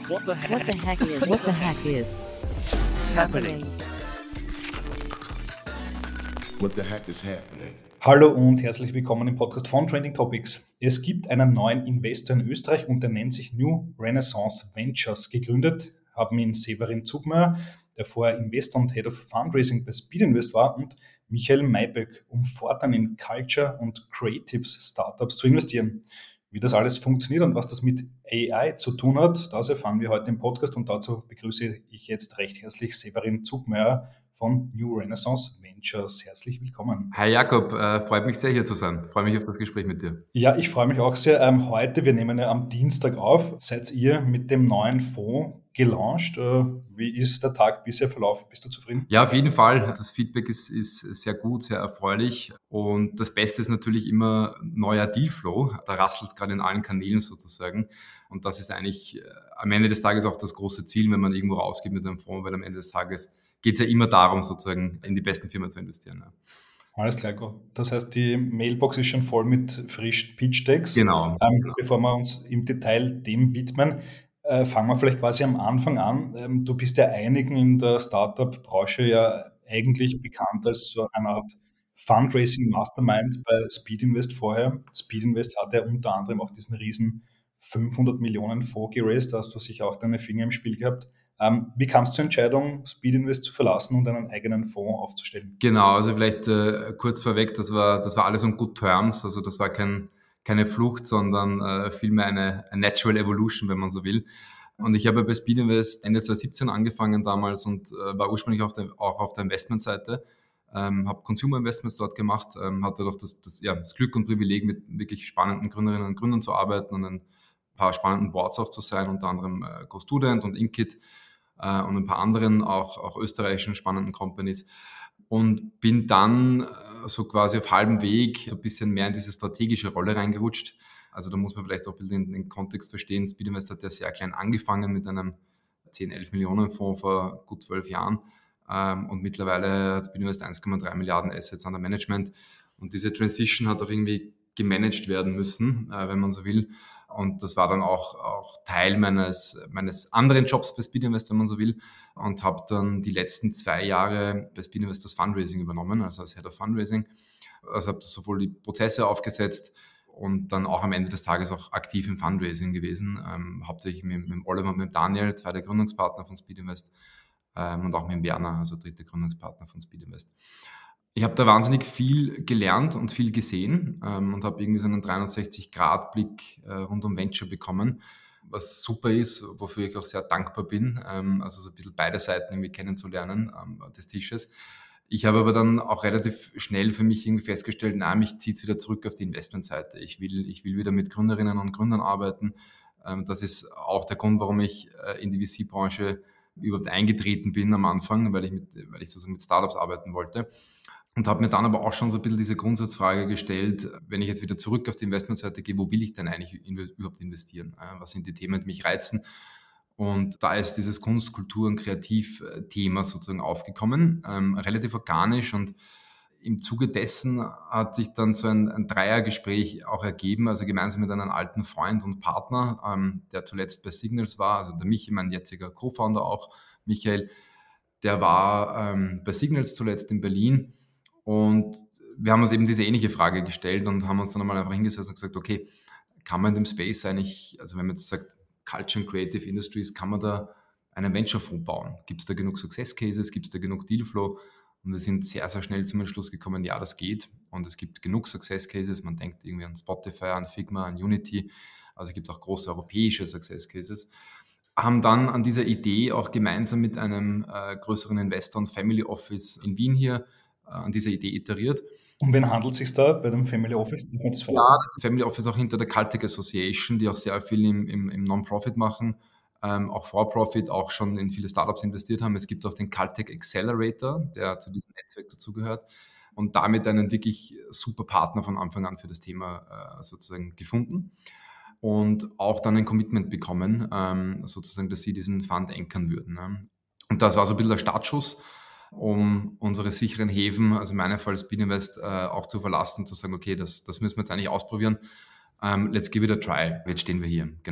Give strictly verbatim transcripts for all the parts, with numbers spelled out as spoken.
What the heck? What the heck is? What the heck is happening? What the heck is happening? Hallo und herzlich willkommen im Podcast von Trending Topics. Es gibt einen neuen Investor in Österreich und der nennt sich New Renaissance Ventures. Gegründet haben ihn Severin Zugmeier, der vorher Investor und Head of Fundraising bei Speedinvest war, und Michael Mayböck, um fortan in Culture- und Creatives-Startups zu investieren. Wie das alles funktioniert und was das mit A I zu tun hat, das erfahren wir heute im Podcast, und dazu begrüße ich jetzt recht herzlich Severin Zugmeier von New Renaissance Ventures. Herzlich willkommen. Hi Jakob, äh, freut mich sehr hier zu sein. Freue mich auf das Gespräch mit dir. Ja, ich freue mich auch sehr. Ähm, heute, wir nehmen ja am Dienstag auf, seid ihr mit dem neuen Fonds gelauncht. Äh, wie ist der Tag bisher verlaufen? Bist du zufrieden? Ja, auf jeden Fall. Das Feedback ist, ist sehr gut, sehr erfreulich. Und das Beste ist natürlich immer neuer Dealflow. Da rasselt es gerade in allen Kanälen sozusagen. Und das ist eigentlich äh, am Ende des Tages auch das große Ziel, wenn man irgendwo rausgeht mit einem Fonds, weil am Ende des Tages geht es ja immer darum, sozusagen in die besten Firmen zu investieren. Ja. Alles klar, gut. Das heißt, die Mailbox ist schon voll mit frischen Pitch-Decks. Genau, Ähm, genau. Bevor wir uns im Detail dem widmen, äh, fangen wir vielleicht quasi am Anfang an. Ähm, du bist ja einigen in der Startup-Branche ja eigentlich bekannt als so eine Art Fundraising-Mastermind bei Speedinvest vorher. Speedinvest hat ja unter anderem auch diesen riesen fünfhundert Millionen Fonds geraced, da hast du sicher auch deine Finger im Spiel gehabt. Ähm, wie kam es zur Entscheidung, Speedinvest zu verlassen und einen eigenen Fonds aufzustellen? Genau, also vielleicht äh, kurz vorweg, das war, das war alles on good terms, also das war kein, keine Flucht, sondern äh, vielmehr eine, eine Natural Evolution, wenn man so will. Und ich habe bei Speedinvest Ende zwanzig siebzehn angefangen damals und äh, war ursprünglich auf der, auch auf der Investmentseite, ähm, habe Consumer Investments dort gemacht, ähm, hatte doch das, das, ja, das Glück und Privileg, mit wirklich spannenden Gründerinnen und Gründern zu arbeiten und ein paar spannenden Boards auch zu sein, unter anderem äh, GoStudent und Inkit äh, und ein paar anderen, auch, auch österreichischen spannenden Companies. Und bin dann äh, so quasi auf halbem Weg so ein bisschen mehr in diese strategische Rolle reingerutscht. Also da muss man vielleicht auch ein bisschen den, den Kontext verstehen. Speedinvest hat ja sehr klein angefangen mit einem zehn, elf Millionen Fonds vor gut zwölf Jahren. Ähm, und mittlerweile hat Speedinvest eins Komma drei Milliarden Assets under Management. Und diese Transition hat auch irgendwie gemanagt werden müssen, äh, wenn man so will. Und das war dann auch, auch Teil meines, meines anderen Jobs bei Speedinvest, wenn man so will. Und habe dann die letzten zwei Jahre bei Speedinvest das Fundraising übernommen, also als Head of Fundraising. Also habe sowohl die Prozesse aufgesetzt und dann auch am Ende des Tages auch aktiv im Fundraising gewesen. Ähm, hauptsächlich mit, mit Oliver und mit Daniel, zwei der Gründungspartner von Speedinvest, ähm, und auch mit Werner, also dritter Gründungspartner von Speedinvest. Ich habe da wahnsinnig viel gelernt und viel gesehen ähm, und habe irgendwie so einen dreihundertsechzig Grad Blick äh, rund um Venture bekommen, was super ist, wofür ich auch sehr dankbar bin, ähm, also so ein bisschen beide Seiten irgendwie kennenzulernen ähm, des Tisches. Ich habe aber dann auch relativ schnell für mich irgendwie festgestellt, na, mich zieht es wieder zurück auf die Investmentseite. Ich will, ich will wieder mit Gründerinnen und Gründern arbeiten. Ähm, das ist auch der Grund, warum ich äh, in die V C-Branche überhaupt eingetreten bin am Anfang, weil ich, mit, weil ich sozusagen mit Startups arbeiten wollte. Und habe mir dann aber auch schon so ein bisschen diese Grundsatzfrage gestellt, wenn ich jetzt wieder zurück auf die Investmentseite gehe, wo will ich denn eigentlich überhaupt investieren? Was sind die Themen, die mich reizen? Und da ist dieses Kunst-, Kultur- und Kreativ-Thema sozusagen aufgekommen, ähm, relativ organisch. Und im Zuge dessen hat sich dann so ein, ein Dreiergespräch auch ergeben, also gemeinsam mit einem alten Freund und Partner, ähm, der zuletzt bei Signals war, also der Michi, mein jetziger Co-Founder auch, Michael, der war ähm, bei Signals zuletzt in Berlin. Und wir haben uns eben diese ähnliche Frage gestellt und haben uns dann einmal einfach hingesetzt und gesagt, okay, kann man in dem Space eigentlich, also wenn man jetzt sagt, Culture and Creative Industries, kann man da einen Venture-Fonds bauen? Gibt es da genug Success Cases? Gibt es da genug Dealflow? Und wir sind sehr, sehr schnell zum Entschluss gekommen, ja, das geht. Und es gibt genug Success Cases. Man denkt irgendwie an Spotify, an Figma, an Unity. Also es gibt auch große europäische Success Cases. Haben dann an dieser Idee auch gemeinsam mit einem äh, größeren Investor und Family Office in Wien hier an dieser Idee iteriert. Um wen handelt es sich da bei dem Family Office? Darf man das verraten? Ja, das Family Office auch hinter der Caltech Association, die auch sehr viel im, im, im Non-Profit machen, ähm, auch For-Profit, auch schon in viele Startups investiert haben. Es gibt auch den Caltech Accelerator, der zu diesem Netzwerk dazugehört und damit einen wirklich super Partner von Anfang an für das Thema äh, sozusagen gefunden und auch dann ein Commitment bekommen, ähm, sozusagen, dass sie diesen Fund ankern würden. Ne? Und das war so ein bisschen der Startschuss, um unsere sicheren Häfen, also in meinem Fall Speedinvest, äh, auch zu verlassen und zu sagen, okay, das, das müssen wir jetzt eigentlich ausprobieren. Um, let's give it a try. Jetzt stehen wir hier, genau.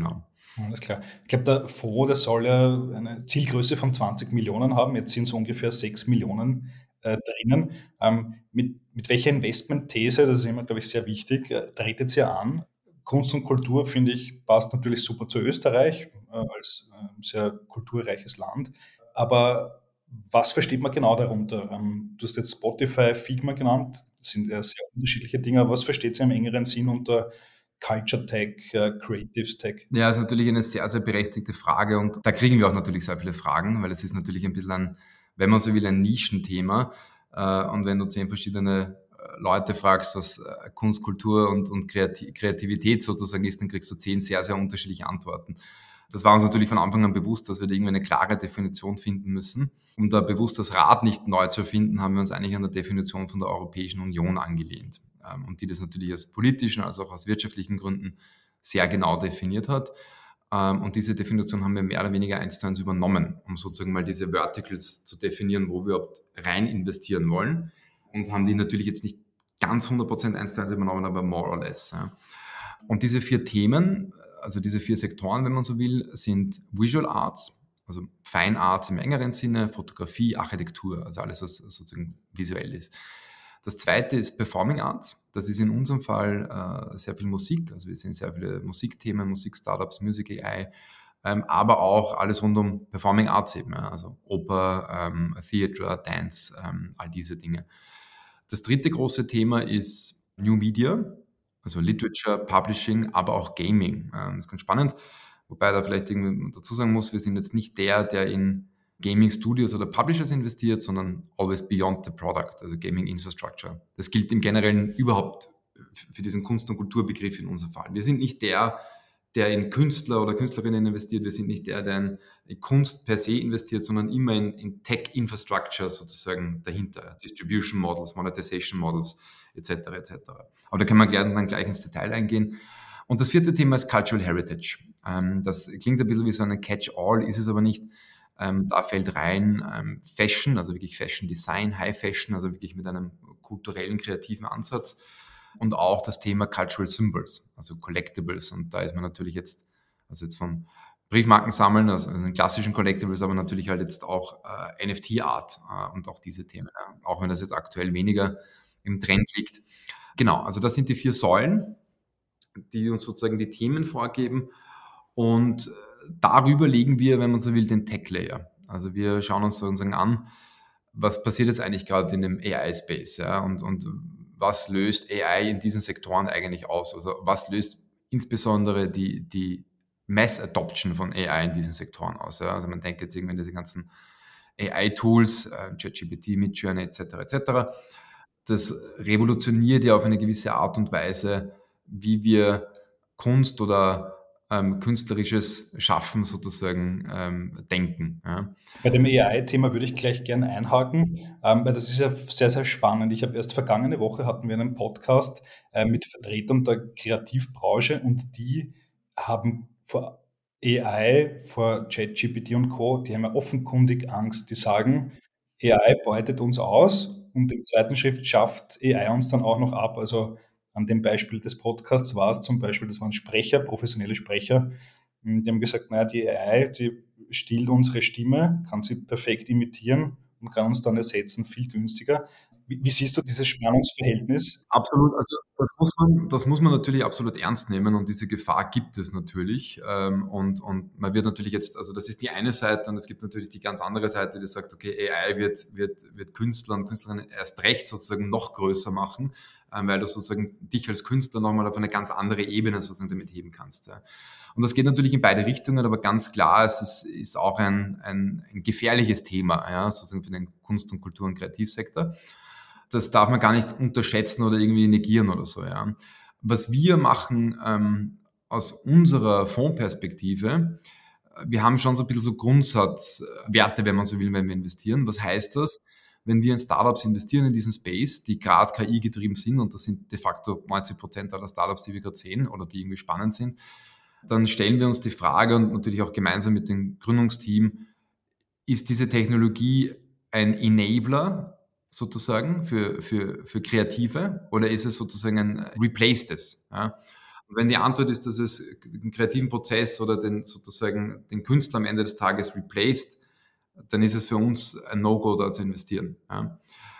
Alles klar. Ich glaube, der Fonds, der soll ja eine Zielgröße von zwanzig Millionen haben. Jetzt sind es ungefähr sechs Millionen äh, drinnen. Ähm, mit, mit welcher Investmentthese, das ist immer, glaube ich, sehr wichtig, äh, tretet ihr an? Kunst und Kultur, finde ich, passt natürlich super zu Österreich äh, als äh, sehr kulturreiches Land. Aber was versteht man genau darunter? Ähm, du hast jetzt Spotify, Figma genannt. Das sind ja sehr unterschiedliche Dinge. Was versteht ihr im engeren Sinn unter Culture Tech, äh, Creatives Tech? Ja, ist natürlich eine sehr, sehr berechtigte Frage und da kriegen wir auch natürlich sehr viele Fragen, weil es ist natürlich ein bisschen ein, wenn man so will, ein Nischenthema. Äh, Und wenn du zehn verschiedene äh, Leute fragst, was äh, Kunst, Kultur und, und Kreati- Kreativität sozusagen ist, dann kriegst du zehn sehr, sehr unterschiedliche Antworten. Das war uns natürlich von Anfang an bewusst, dass wir da irgendwie eine klare Definition finden müssen. Um da bewusst das Rad nicht neu zu erfinden, haben wir uns eigentlich an der Definition von der Europäischen Union angelehnt. Ähm, Und die das natürlich aus politischen als auch aus wirtschaftlichen Gründen sehr genau definiert hat. Ähm, Und diese Definition haben wir mehr oder weniger eins zu eins übernommen, um sozusagen mal diese Verticals zu definieren, wo wir überhaupt rein investieren wollen. Und haben die natürlich jetzt nicht ganz hundert Prozent eins zu eins übernommen, aber more or less. Ja. Und diese vier Themen, also diese vier Sektoren, wenn man so will, sind Visual Arts, also Fine Arts im engeren Sinne, Fotografie, Architektur, also alles, was sozusagen visuell ist. Das zweite ist Performing Arts. Das ist in unserem Fall äh, sehr viel Musik. Also wir sehen sehr viele Musikthemen, Musik-Startups, Music A I, ähm, aber auch alles rund um Performing Arts eben, ja, also Oper, ähm, Theater, Dance, ähm, all diese Dinge. Das dritte große Thema ist New Media, also Literature, Publishing, aber auch Gaming. Ähm, das ist ganz spannend, wobei da vielleicht irgendwie dazu sagen muss, wir sind jetzt nicht der, der in Gaming Studios oder Publishers investiert, sondern always beyond the product, also Gaming Infrastructure. Das gilt im Generellen überhaupt für diesen Kunst- und Kulturbegriff in unserem Fall. Wir sind nicht der, der in Künstler oder Künstlerinnen investiert. Wir sind nicht der, der in, in Kunst per se investiert, sondern immer in, in Tech-Infrastructure sozusagen dahinter. Distribution Models, Monetization Models et cetera et cetera. Aber da kann man gleich, dann gleich ins Detail eingehen. Und das vierte Thema ist Cultural Heritage. Ähm, das klingt ein bisschen wie so eine Catch-all, ist es aber nicht. Ähm, da fällt rein ähm, Fashion, also wirklich Fashion Design, High Fashion, also wirklich mit einem kulturellen, kreativen Ansatz. Und auch das Thema Cultural Symbols, also Collectibles. Und da ist man natürlich jetzt, also jetzt von Briefmarken sammeln, also den klassischen Collectibles, aber natürlich halt jetzt auch äh, N F T-Art äh, und auch diese Themen, ja. Auch wenn das jetzt aktuell weniger im Trend liegt. Genau, also das sind die vier Säulen, die uns sozusagen die Themen vorgeben. Und darüber legen wir, wenn man so will, den Tech-Layer. Also wir schauen uns sozusagen an, was passiert jetzt eigentlich gerade in dem A I-Space, ja, und, und was löst A I in diesen Sektoren eigentlich aus? Also was löst insbesondere die, die Mass-Adoption von A I in diesen Sektoren aus? Ja? Also man denkt jetzt irgendwie an diese ganzen A I-Tools, äh, ChatGPT, Midjourney et cetera et cetera. Das revolutioniert ja auf eine gewisse Art und Weise, wie wir Kunst oder ähm, künstlerisches Schaffen sozusagen ähm, denken. Ja. Bei dem A I-Thema würde ich gleich gerne einhaken, ähm, weil das ist ja sehr, sehr spannend. Ich habe erst vergangene Woche hatten wir einen Podcast äh, mit Vertretern der Kreativbranche und die haben vor A I, vor ChatGPT und Co., die haben ja offenkundig Angst. Die sagen, A I beutet uns aus und im zweiten Schritt schafft A I uns dann auch noch ab. Also an dem Beispiel des Podcasts war es zum Beispiel, das waren Sprecher, professionelle Sprecher, die haben gesagt, naja, die A I, die stiehlt unsere Stimme, kann sie perfekt imitieren und kann uns dann ersetzen, viel günstiger. Wie, wie siehst du dieses Spannungsverhältnis? Absolut, also das muss man, das muss man natürlich absolut ernst nehmen und diese Gefahr gibt es natürlich. Ähm, und, und man wird natürlich jetzt, also das ist die eine Seite und es gibt natürlich die ganz andere Seite, die sagt, okay, A I wird, wird, wird Künstler und Künstlerinnen erst recht sozusagen noch größer machen, ähm, weil du sozusagen dich als Künstler nochmal auf eine ganz andere Ebene sozusagen damit heben kannst. Ja. Und das geht natürlich in beide Richtungen, aber ganz klar, es ist, ist auch ein, ein, ein gefährliches Thema, ja, sozusagen für den Kunst- und Kultur- und Kreativsektor. Das darf man gar nicht unterschätzen oder irgendwie negieren oder so. Ja. Was wir machen ähm, aus unserer Fondsperspektive, wir haben schon so ein bisschen so Grundsatzwerte, wenn man so will, wenn wir investieren. Was heißt das? Wenn wir in Startups investieren in diesen Space, die gerade K I getrieben sind, und das sind de facto neunzig Prozent aller Startups, die wir gerade sehen oder die irgendwie spannend sind, dann stellen wir uns die Frage und natürlich auch gemeinsam mit dem Gründungsteam, ist diese Technologie ein Enabler sozusagen für, für, für Kreative oder ist es sozusagen ein Replace this? Ja? Und wenn die Antwort ist, dass es den kreativen Prozess oder den sozusagen den Künstler am Ende des Tages replaced, dann ist es für uns ein No-Go, da zu investieren. Ja.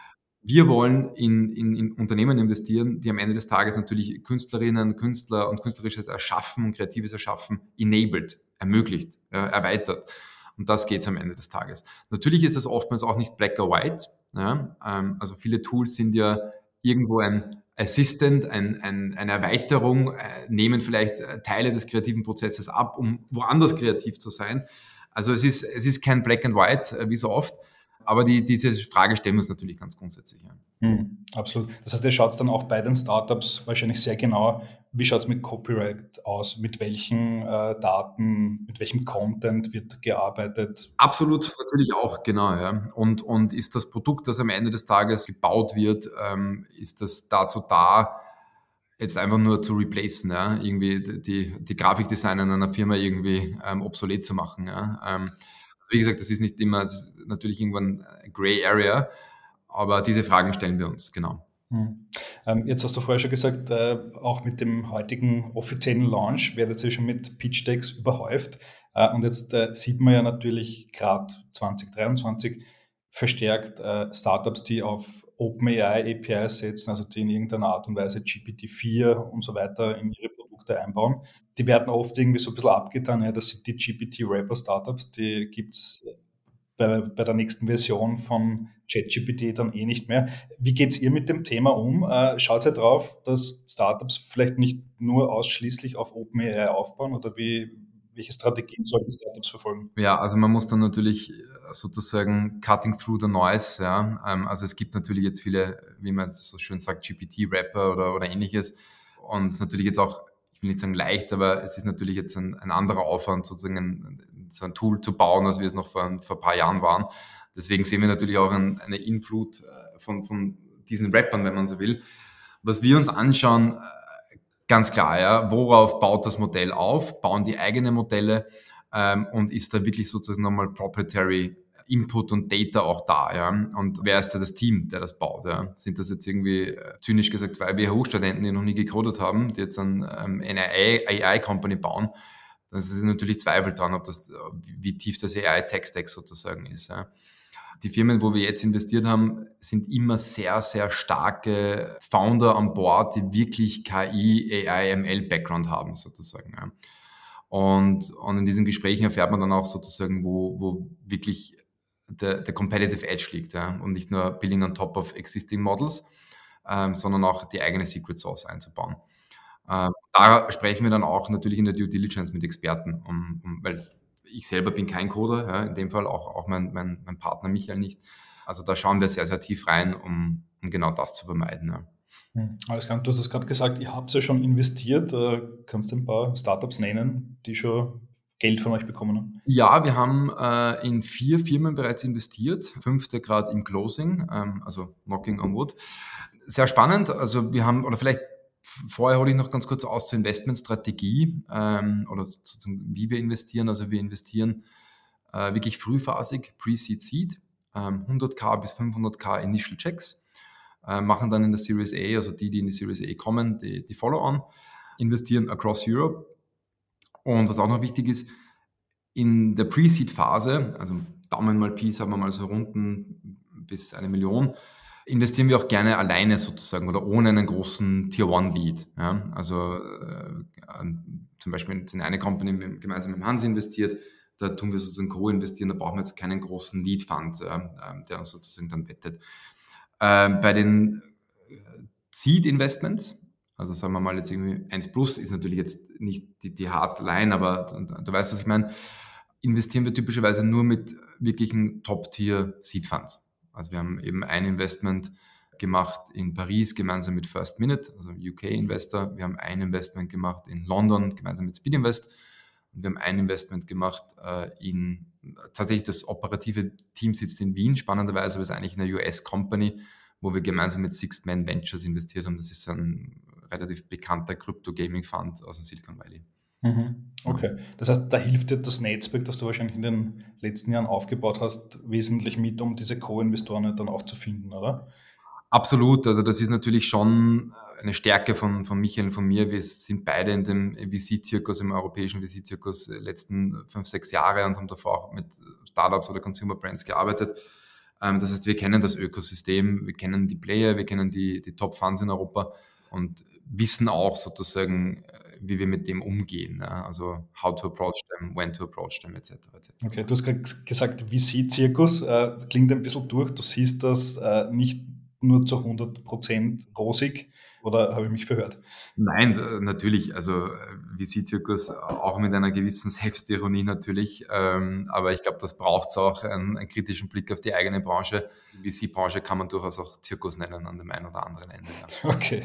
Wir wollen in, in, in Unternehmen investieren, die am Ende des Tages natürlich Künstlerinnen, Künstler und künstlerisches Erschaffen und kreatives Erschaffen enabled, ermöglicht, ja, erweitert. Und das geht es am Ende des Tages. Natürlich ist das oftmals auch nicht black or white. Ja? Ähm, also viele Tools sind ja irgendwo ein Assistant, ein, ein, eine Erweiterung, äh, nehmen vielleicht äh, Teile des kreativen Prozesses ab, um woanders kreativ zu sein. Also es ist, es ist kein black and white, äh, wie so oft. Aber die, diese Frage stellen wir uns natürlich ganz grundsätzlich. Ja. Mhm, absolut. Das heißt, ihr schaut dann auch bei den Startups wahrscheinlich sehr genau, wie schaut es mit Copyright aus, mit welchen äh, Daten, mit welchem Content wird gearbeitet? Absolut, natürlich auch, genau. Ja. Und, und ist das Produkt, das am Ende des Tages gebaut wird, ähm, ist das dazu da, jetzt einfach nur zu replacen, ja, irgendwie die, die Grafikdesign in einer Firma irgendwie ähm, obsolet zu machen. Ja. Ähm, also wie gesagt, das ist nicht immer, das ist natürlich irgendwann eine Gray Area, aber diese Fragen stellen wir uns, genau. Hm. Ähm, jetzt hast du vorher schon gesagt, äh, auch mit dem heutigen offiziellen Launch werdet ihr schon mit Pitch-Decks überhäuft. Äh, und jetzt äh, sieht man ja natürlich gerade zwanzig dreiundzwanzig verstärkt äh, Startups, die auf OpenAI A P Is setzen, also die in irgendeiner Art und Weise G P T vier und so weiter in ihre Produkte einbauen. Die werden oft irgendwie so ein bisschen abgetan, ja, das sind die G P T-Wrapper-Startups, die gibt's bei, bei der nächsten Version von ChatGPT dann eh nicht mehr. Wie geht's ihr mit dem Thema um? Äh, schaut ihr drauf, dass Startups vielleicht nicht nur ausschließlich auf OpenAI aufbauen oder wie, welche Strategien sollten Startups verfolgen? Ja, also man muss dann natürlich sozusagen cutting through the noise, ja. Also es gibt natürlich jetzt viele, wie man so schön sagt, G P T-Rapper oder, oder ähnliches. Und es ist natürlich jetzt auch, ich will nicht sagen leicht, aber es ist natürlich jetzt ein, ein anderer Aufwand, sozusagen ein, so ein Tool zu bauen, als wir es noch vor, vor ein paar Jahren waren. Deswegen sehen wir natürlich auch ein, eine Influt von, von diesen Rappern, wenn man so will. Was wir uns anschauen, ganz klar, ja, worauf baut das Modell auf? Bauen die eigene Modelle ähm, und ist da wirklich sozusagen nochmal proprietary Input und Data auch da, ja? Und wer ist da das Team, der das baut, ja? Sind das jetzt irgendwie, äh, zynisch gesagt, zwei W H U-Studenten, die noch nie gecodet haben, die jetzt dann ähm, eine A I-Company bauen? Dann ist natürlich Zweifel dran, ob das, wie tief das A I-Tech-Stack sozusagen ist, ja? Die Firmen, wo wir jetzt investiert haben, sind immer sehr, sehr starke Founder an Bord, die wirklich K I, A I, M L-Background haben, sozusagen. Ja. Und, und in diesen Gesprächen erfährt man dann auch sozusagen, wo, wo wirklich der, der Competitive Edge liegt. Ja. Und nicht nur Building on top of existing Models, ähm, sondern auch die eigene Secret Sauce einzubauen. Ähm, da sprechen wir dann auch natürlich in der Due Diligence mit Experten, um, um, weil ich selber bin kein Coder, ja, in dem Fall auch, auch mein, mein, mein Partner Michael nicht. Also da schauen wir sehr, sehr tief rein, um, um genau das zu vermeiden. Ja. Hm, alles klar. Du hast es gerade gesagt, ihr habt ja schon investiert. Äh, kannst du ein paar Startups nennen, die schon Geld von euch bekommen haben? Ja, wir haben äh, in vier Firmen bereits investiert, fünfte gerade im Closing, ähm, also knocking on wood. Sehr spannend, also wir haben, oder vielleicht vorher hole ich noch ganz kurz aus zur Investmentstrategie ähm, oder sozusagen, wie wir investieren. Also wir investieren äh, wirklich frühphasig, Pre-Seed, Seed, ähm, hunderttausend bis fünfhunderttausend Initial Checks, äh, machen dann in der Series A, also die, die in die Series A kommen, die, die Follow-on, investieren across Europe. Und was auch noch wichtig ist, in der Pre-Seed-Phase, also Daumen mal Pi, sagen wir mal so Runden bis eine Million, investieren wir auch gerne alleine sozusagen oder ohne einen großen Tier-One-Lead. Ja? Also äh, zum Beispiel in eine Company gemeinsam mit Hans investiert, da tun wir sozusagen co-investieren, da brauchen wir jetzt keinen großen Lead-Fund, ja, der uns sozusagen dann wettet. Äh, bei den Seed-Investments, also sagen wir mal jetzt irgendwie eins plus, ist natürlich jetzt nicht die, die Hardline, aber du, du weißt, was ich meine, investieren wir typischerweise nur mit wirklichen Top-Tier-Seed-Funds. Also wir haben eben ein Investment gemacht in Paris gemeinsam mit First Minute, also U K-Investor. Wir haben ein Investment gemacht in London gemeinsam mit Speed Invest. Und wir haben ein Investment gemacht äh, in, tatsächlich das operative Team sitzt in Wien, spannenderweise, aber es ist eigentlich eine U S-Company, wo wir gemeinsam mit Sixth Man Ventures investiert haben. Das ist ein relativ bekannter Crypto-Gaming-Fund aus dem Silicon Valley. Mhm. Okay, das heißt, da hilft dir das Netzwerk, das du wahrscheinlich in den letzten Jahren aufgebaut hast, wesentlich mit, um diese Co-Investoren dann auch zu finden, oder? Absolut, also das ist natürlich schon eine Stärke von, von Michael und von mir. Wir sind beide in dem V C-Zirkus, im europäischen V C-Zirkus letzten fünf, sechs Jahre und haben davor auch mit Startups oder Consumer Brands gearbeitet. Das heißt, wir kennen das Ökosystem, wir kennen die Player, wir kennen die, die Top-Funds in Europa und wissen auch sozusagen, wie wir mit dem umgehen. Also how to approach them, when to approach them, et cetera et cetera. Okay, du hast gerade gesagt, V C-Zirkus, äh, klingt ein bisschen durch. Du siehst das äh, nicht nur zu hundert Prozent rosig, oder habe ich mich verhört? Nein, äh, natürlich. Also V C-Zirkus auch mit einer gewissen Selbstironie natürlich. Ähm, aber ich glaube, das braucht es auch, einen, einen kritischen Blick auf die eigene Branche. Die V C-Branche kann man durchaus auch Zirkus nennen an dem einen oder anderen Ende. Ja. Okay.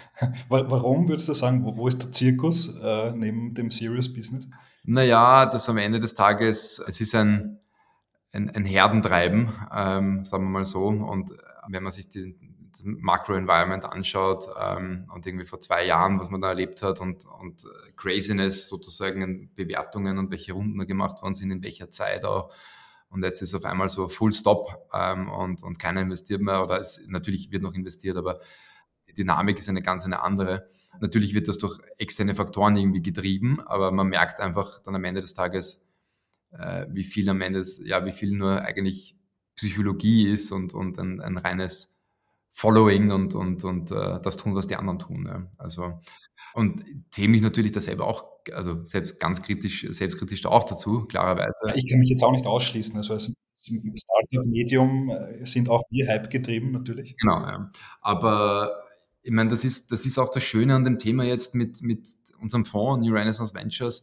Warum würdest du sagen, wo, wo ist der Zirkus äh, neben dem Serious Business? Naja, das am Ende des Tages, es ist ein, ein, ein Herdentreiben, ähm, sagen wir mal so. Und wenn man sich die, das Makro-Environment anschaut ähm, und irgendwie vor zwei Jahren, was man da erlebt hat und, und Craziness sozusagen in Bewertungen und welche Runden da gemacht worden sind, in welcher Zeit auch. Und jetzt ist auf einmal so Full Stop ähm, und, und keiner investiert mehr oder es, natürlich wird noch investiert, aber die Dynamik ist eine ganz eine andere. Natürlich wird das durch externe Faktoren irgendwie getrieben, aber man merkt einfach dann am Ende des Tages, äh, wie viel am Ende, ja, wie viel nur eigentlich Psychologie ist und, und ein, ein reines Following und, und, und äh, das tun, was die anderen tun. Ja. Also, und zähle mich natürlich da selber auch, also selbst ganz kritisch, selbstkritisch da auch dazu, klarerweise. Ich kann mich jetzt auch nicht ausschließen. Also als Startup-Medium äh, sind auch wir Hype getrieben, natürlich. Genau, ja. Aber ich meine, das ist, das ist auch das Schöne an dem Thema jetzt mit, mit unserem Fonds, New Renaissance Ventures.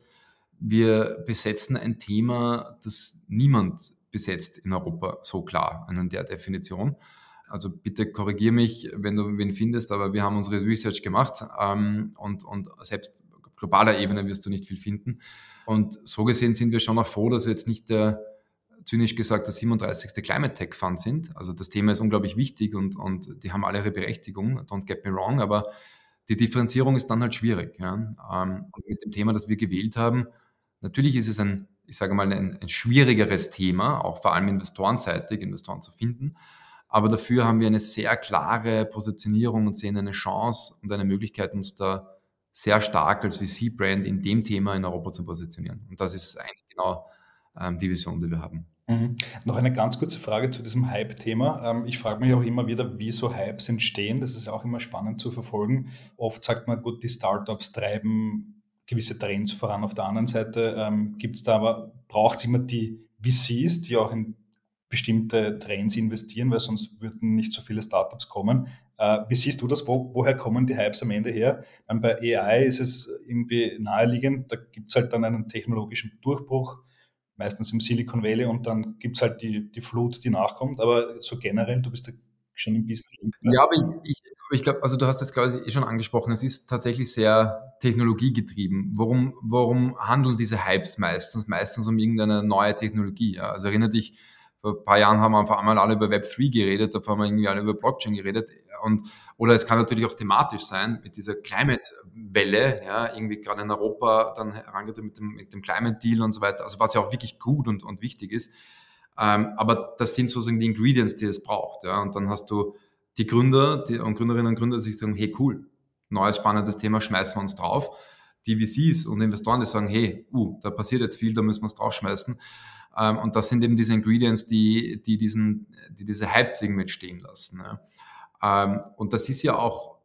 Wir besetzen ein Thema, das niemand besetzt in Europa so klar, in der Definition. Also bitte korrigiere mich, wenn du wen findest, aber wir haben unsere Research gemacht ähm, und, und selbst auf globaler Ebene wirst du nicht viel finden. Und so gesehen sind wir schon auch froh, dass wir jetzt nicht der, zynisch gesagt, der siebenunddreißigste Climate Tech Fund sind. Also das Thema ist unglaublich wichtig und, und die haben alle ihre Berechtigung, don't get me wrong, aber die Differenzierung ist dann halt schwierig. Ja. Und mit dem Thema, das wir gewählt haben, natürlich ist es ein, ich sage mal, ein, ein schwierigeres Thema, auch vor allem investorenseitig, Investoren zu finden. Aber dafür haben wir eine sehr klare Positionierung und sehen eine Chance und eine Möglichkeit, uns da sehr stark als V C-Brand in dem Thema in Europa zu positionieren. Und das ist eigentlich genau ähm, die Vision, die wir haben. Mhm. Noch eine ganz kurze Frage zu diesem Hype-Thema. Ähm, ich frage mich auch immer wieder, wie so Hypes entstehen. Das ist auch immer spannend zu verfolgen. Oft sagt man, gut, die Startups treiben gewisse Trends voran. Auf der anderen Seite ähm, gibt es da aber, braucht es immer die V Cs, die auch in bestimmte Trends investieren, weil sonst würden nicht so viele Startups kommen. Äh, wie siehst du das? Wo, woher kommen die Hypes am Ende her? Meine, bei A I ist es irgendwie naheliegend, da gibt es halt dann einen technologischen Durchbruch, meistens im Silicon Valley, und dann gibt es halt die, die Flut, die nachkommt. Aber so generell, du bist ja schon im Business. Ja, aber ich, ich, ich glaube, also du hast es, glaube ich, eh schon angesprochen, es ist tatsächlich sehr technologiegetrieben. Worum, worum handeln diese Hypes meistens? Meistens um irgendeine neue Technologie. Ja. Also erinnere dich, vor ein paar Jahren haben wir einfach einmal alle über Web drei geredet, davor haben wir irgendwie alle über Blockchain geredet. Und, oder es kann natürlich auch thematisch sein, mit dieser Climate-Welle, ja, irgendwie gerade in Europa dann herangeht mit dem, mit dem Climate-Deal und so weiter, also was ja auch wirklich gut und, und wichtig ist. Ähm, aber das sind sozusagen die Ingredients, die es braucht. Ja. Und dann hast du die Gründer die, und Gründerinnen und Gründer, die sich sagen, hey cool, neues spannendes Thema, schmeißen wir uns drauf. Die V Cs und Investoren, die sagen, hey, uh, da passiert jetzt viel, da müssen wir es draufschmeißen. Ähm, und das sind eben diese Ingredients, die, die, diesen, die diese Hype irgendwie entstehen lassen. Ja. Ähm, und das ist ja auch,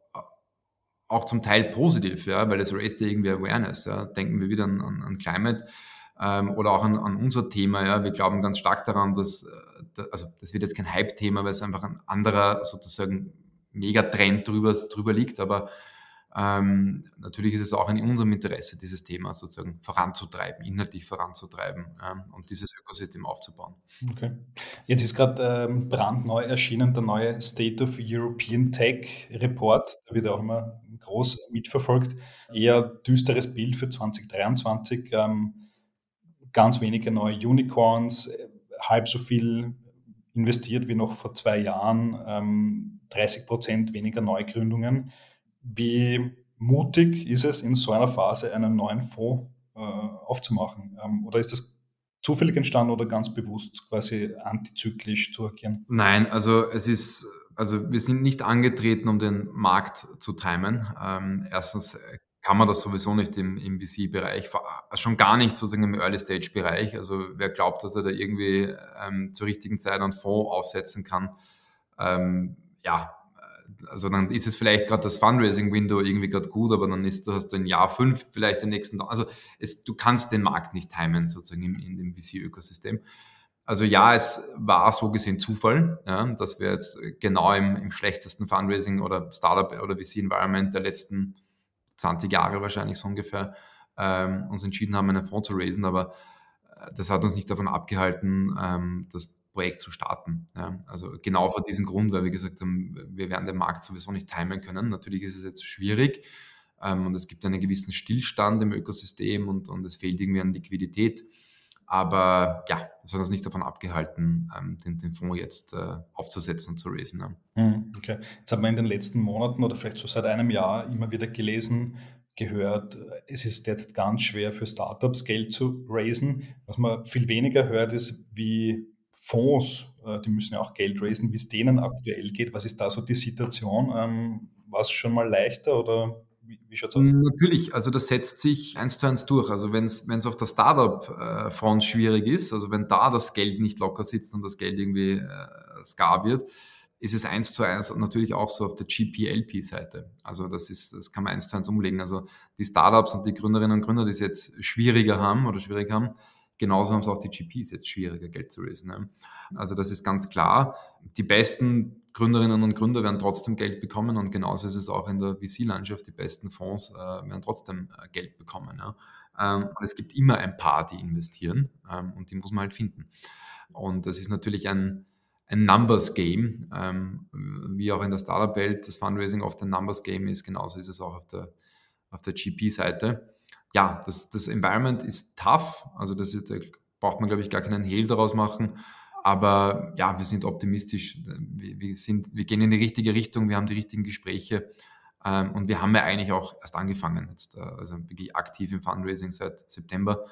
auch zum Teil positiv, ja, weil es raised ja irgendwie Awareness. Ja. Denken wir wieder an, an, an Climate ähm, oder auch an, an unser Thema. Ja. Wir glauben ganz stark daran, dass, also das wird jetzt kein Hype-Thema, weil es einfach ein anderer sozusagen Megatrend drüber, drüber liegt, aber ähm, natürlich ist es auch in unserem Interesse, dieses Thema sozusagen voranzutreiben, inhaltlich voranzutreiben ähm, und dieses Ökosystem aufzubauen. Okay. Jetzt ist gerade ähm, brandneu erschienen der neue State of European Tech Report. Da wird auch immer groß mitverfolgt. Eher düsteres Bild für zwanzig dreiundzwanzig. Ähm, ganz wenige neue Unicorns, halb so viel investiert wie noch vor zwei Jahren, ähm, dreißig Prozent weniger Neugründungen. Wie mutig ist es, in so einer Phase einen neuen Fonds äh, aufzumachen? Ähm, oder ist das zufällig entstanden oder ganz bewusst quasi antizyklisch zu agieren? Nein, also es ist Also wir sind nicht angetreten, um den Markt zu timen. Ähm, erstens kann man das sowieso nicht im, im V C-Bereich, schon gar nicht sozusagen im Early-Stage-Bereich. Also wer glaubt, dass er da irgendwie ähm, zur richtigen Zeit einen Fonds aufsetzen kann, ähm, ja, also dann ist es vielleicht gerade das Fundraising-Window irgendwie gerade gut, aber dann ist, hast du in Jahr fünf vielleicht den nächsten, also es, du kannst den Markt nicht timen sozusagen in, in dem V C-Ökosystem. Also ja, es war so gesehen Zufall, ja, dass wir jetzt genau im, im schlechtesten Fundraising oder Startup oder V C-Environment der letzten zwanzig Jahre wahrscheinlich so ungefähr ähm, uns entschieden haben, einen Fonds zu raisen, aber äh, das hat uns nicht davon abgehalten, ähm, das Projekt zu starten. Ja. Also genau vor diesem Grund, weil wir gesagt haben, wir werden den Markt sowieso nicht timen können. Natürlich ist es jetzt schwierig ähm, und es gibt einen gewissen Stillstand im Ökosystem und, und es fehlt irgendwie an Liquidität. Aber ja, das hat uns nicht davon abgehalten, ähm, den, den Fonds jetzt äh, aufzusetzen und zu raisen. Ja. Okay. Jetzt haben wir in den letzten Monaten oder vielleicht so seit einem Jahr immer wieder gelesen, gehört, es ist derzeit ganz schwer für Startups Geld zu raisen. Was man viel weniger hört, ist, wie Fonds, äh, die müssen ja auch Geld raisen, wie es denen aktuell geht. Was ist da so die Situation? Ähm, war es schon mal leichter oder wie, wie schaut es aus? Natürlich, also das setzt sich eins zu eins durch. Also wenn es auf der Startup-Front schwierig ist, also wenn da das Geld nicht locker sitzt und das Geld irgendwie äh, skar wird, ist es eins zu eins natürlich auch so auf der G P L P-Seite. Also das ist, das kann man eins zu eins umlegen. Also die Startups und die Gründerinnen und Gründer, die es jetzt schwieriger haben oder schwierig haben, genauso haben es auch die G Ps jetzt schwieriger, Geld zu raisen. Ne? Also das ist ganz klar. Die besten Gründerinnen und Gründer werden trotzdem Geld bekommen und genauso ist es auch in der V C-Landschaft. Die besten Fonds äh, werden trotzdem äh, Geld bekommen. Ja? Ähm, und es gibt immer ein paar, die investieren ähm, und die muss man halt finden. Und das ist natürlich ein, ein Numbers-Game, ähm, wie auch in der Startup-Welt das Fundraising oft ein Numbers-Game ist, genauso ist es auch auf der, auf der G P-Seite. Ja, das, das Environment ist tough, also das ist, da braucht man, glaube ich, gar keinen Hehl daraus machen. Aber ja, wir sind optimistisch. Wir, wir, sind, wir gehen in die richtige Richtung, wir haben die richtigen Gespräche ähm, und wir haben ja eigentlich auch erst angefangen, jetzt, äh, also wirklich aktiv im Fundraising seit September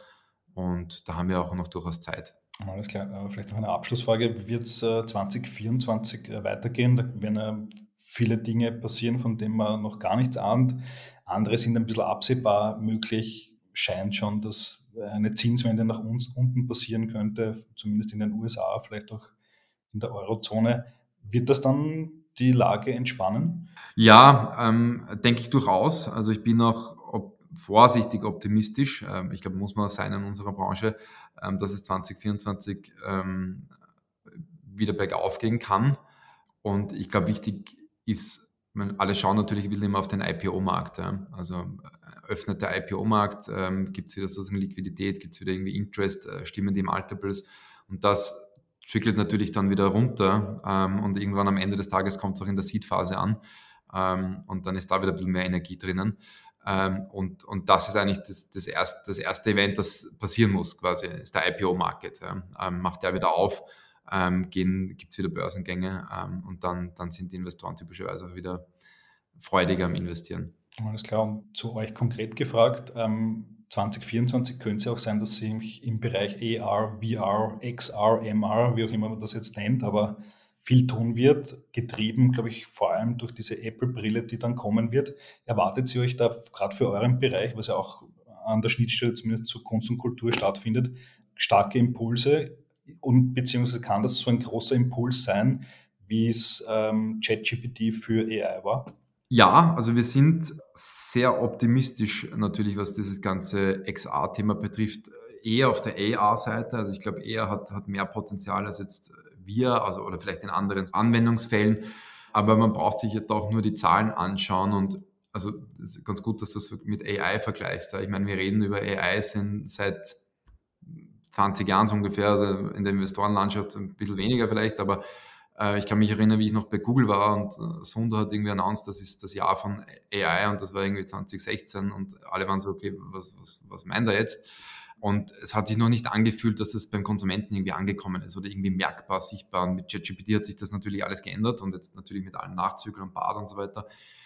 und da haben wir auch noch durchaus Zeit. Alles klar. Äh, Vielleicht noch eine Abschlussfrage. Wie wird es äh, zwanzig vierundzwanzig äh, weitergehen? Da werden äh, viele Dinge passieren, von denen man noch gar nichts ahnt. Andere sind ein bisschen absehbar. Möglich scheint schon, dass eine Zinswende nach uns unten passieren könnte, zumindest in den U S A, vielleicht auch in der Eurozone. Wird das dann die Lage entspannen? Ja, ähm, denke ich durchaus. Also ich bin auch op vorsichtig optimistisch. Ähm, ich glaube, muss man sein in unserer Branche, ähm, dass es zwanzig vierundzwanzig ähm, wieder bergauf gehen kann. Und ich glaube, wichtig ist, man, alle schauen natürlich ein bisschen immer auf den I P O-Markt. Ja. Also äh, öffnet der I P O-Markt, ähm, gibt es wieder sozusagen Liquidität, gibt es wieder irgendwie Interest, äh, stimmen die Multiples und das trickelt natürlich dann wieder runter ähm, und irgendwann am Ende des Tages kommt es auch in der Seed-Phase an ähm, und dann ist da wieder ein bisschen mehr Energie drinnen. Ähm, und, und das ist eigentlich das, das, erste, das erste Event, das passieren muss, quasi, ist der I P O-Market. Ja. Ähm, macht der wieder auf, ähm, gibt es wieder Börsengänge ähm, und dann, dann sind die Investoren typischerweise auch wieder freudiger am Investieren. Alles klar. Und zu euch konkret gefragt, ähm, zwanzig vierundzwanzig könnte es ja auch sein, dass sich im Bereich A R, V R, X R, M R, wie auch immer man das jetzt nennt, aber viel tun wird, getrieben, glaube ich, vor allem durch diese Apple-Brille, die dann kommen wird. Erwartet ihr euch da gerade für euren Bereich, was ja auch an der Schnittstelle zumindest zu Kunst und Kultur stattfindet, starke Impulse und beziehungsweise kann das so ein großer Impuls sein, wie es ähm, ChatGPT für A I war? Ja, also wir sind sehr optimistisch natürlich, was dieses ganze X R-Thema betrifft, eher auf der A R-Seite. Also ich glaube, A R hat, hat mehr Potenzial als jetzt wir, also oder vielleicht in anderen Anwendungsfällen. Aber man braucht sich jetzt auch nur die Zahlen anschauen und also es ist ganz gut, dass du es mit A I vergleichst. Ich meine, wir reden über A I sind seit zwanzig Jahren so ungefähr, also in der Investorenlandschaft ein bisschen weniger vielleicht, aber äh, ich kann mich erinnern, wie ich noch bei Google war und äh, Sundar hat irgendwie announced, das ist das Jahr von A I und das war irgendwie zwanzig sechzehn und alle waren so, okay, was, was, was meint er jetzt? Und es hat sich noch nicht angefühlt, dass das beim Konsumenten irgendwie angekommen ist oder irgendwie merkbar, sichtbar. Und mit ChatGPT hat sich das natürlich alles geändert und jetzt natürlich mit allen Nachzügeln und Bart und so weiter.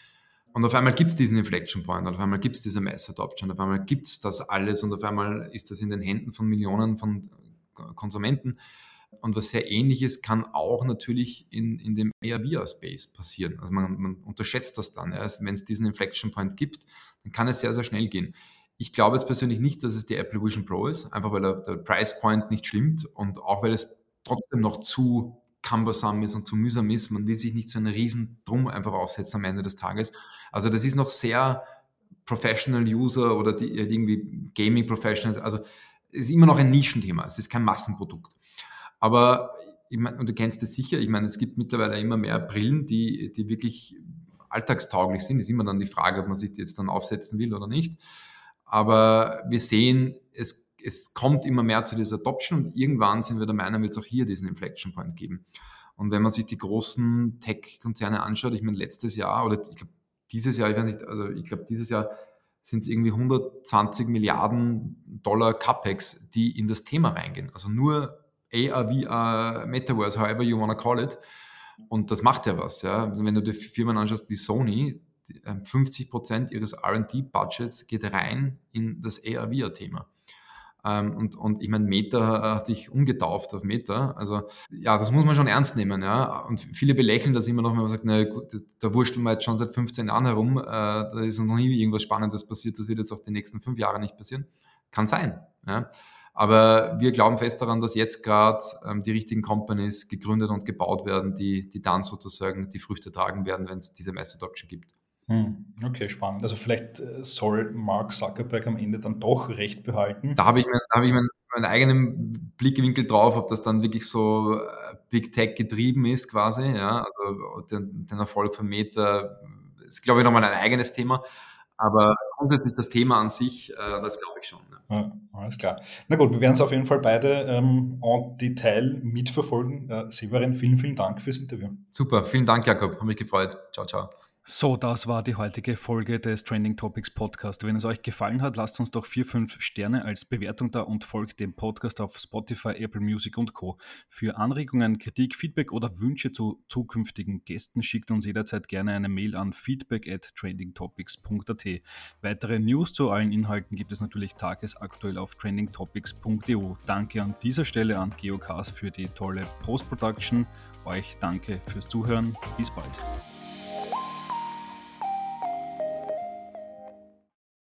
Und auf einmal gibt es diesen Inflection Point, und auf einmal gibt es diese Mass Adoption, auf einmal gibt es das alles und auf einmal ist das in den Händen von Millionen von Konsumenten. Und was sehr Ähnliches kann auch natürlich in, in dem A R V R-Space passieren. Also man, man unterschätzt das dann. Ja. Also wenn es diesen Inflection Point gibt, dann kann es sehr, sehr schnell gehen. Ich glaube jetzt persönlich nicht, dass es die Apple Vision Pro ist, einfach weil der, der Price Point nicht stimmt und auch weil es trotzdem noch zu cumbersam ist und zu mühsam ist. Man will sich nicht so einen riesen Drum einfach aufsetzen am Ende des Tages. Also das ist noch sehr Professional User oder die, irgendwie Gaming Professionals. Also es ist immer noch ein Nischenthema. Es ist kein Massenprodukt. Aber ich meine, und du kennst es sicher, ich meine, es gibt mittlerweile immer mehr Brillen, die, die wirklich alltagstauglich sind. Es ist immer dann die Frage, ob man sich die jetzt dann aufsetzen will oder nicht. Aber wir sehen, es, es kommt immer mehr zu dieser Adoption und irgendwann sind wir der Meinung, wird es auch hier diesen Inflection Point geben. Und wenn man sich die großen Tech-Konzerne anschaut, ich meine, letztes Jahr oder ich glaube dieses Jahr, ich weiß nicht, also ich glaube dieses Jahr sind es irgendwie hundertzwanzig Milliarden Dollar Capex, die in das Thema reingehen. Also nur A R, V R, Metaverse, however you wanna call it. Und das macht ja was. Ja. Wenn du dir Firmen anschaust wie Sony, fünfzig Prozent ihres R and D-Budgets geht rein in das A R, V R-Thema. Und, und ich meine, Meta hat sich umgetauft auf Meta. Also ja, das muss man schon ernst nehmen. Ja. Und viele belächeln das immer noch, wenn man sagt, na gut, da wurschteln wir jetzt schon seit fünfzehn Jahren herum. Da ist noch nie irgendwas Spannendes passiert. Das wird jetzt auch die nächsten fünf Jahre nicht passieren. Kann sein. Ja. Aber wir glauben fest daran, dass jetzt gerade ähm, die richtigen Companies gegründet und gebaut werden, die, die dann sozusagen die Früchte tragen werden, wenn es diese Mass Adoption gibt. Okay, spannend. Also vielleicht soll Mark Zuckerberg am Ende dann doch recht behalten. Da habe ich, mein, da habe ich meinen, meinen eigenen Blickwinkel drauf, ob das dann wirklich so Big Tech getrieben ist quasi. Ja, also den, den Erfolg von Meta ist, glaube ich, nochmal ein eigenes Thema. Aber grundsätzlich das Thema an sich, äh, das glaube ich schon. Ja. Ja, alles klar. Na gut, wir werden es auf jeden Fall beide ähm, en Detail mitverfolgen. Äh, Severin, vielen, vielen Dank fürs Interview. Super, vielen Dank, Jakob. Hat mich gefreut. Ciao, ciao. So, das war die heutige Folge des Trending Topics Podcast. Wenn es euch gefallen hat, lasst uns doch vier, fünf Sterne als Bewertung da und folgt dem Podcast auf Spotify, Apple Music und Co. Für Anregungen, Kritik, Feedback oder Wünsche zu zukünftigen Gästen schickt uns jederzeit gerne eine Mail an feedback at trendingtopics punkt at. Weitere News zu allen Inhalten gibt es natürlich tagesaktuell auf trendingtopics punkt e u. Danke an dieser Stelle an Geocast für die tolle Post-Production. Euch danke fürs Zuhören. Bis bald.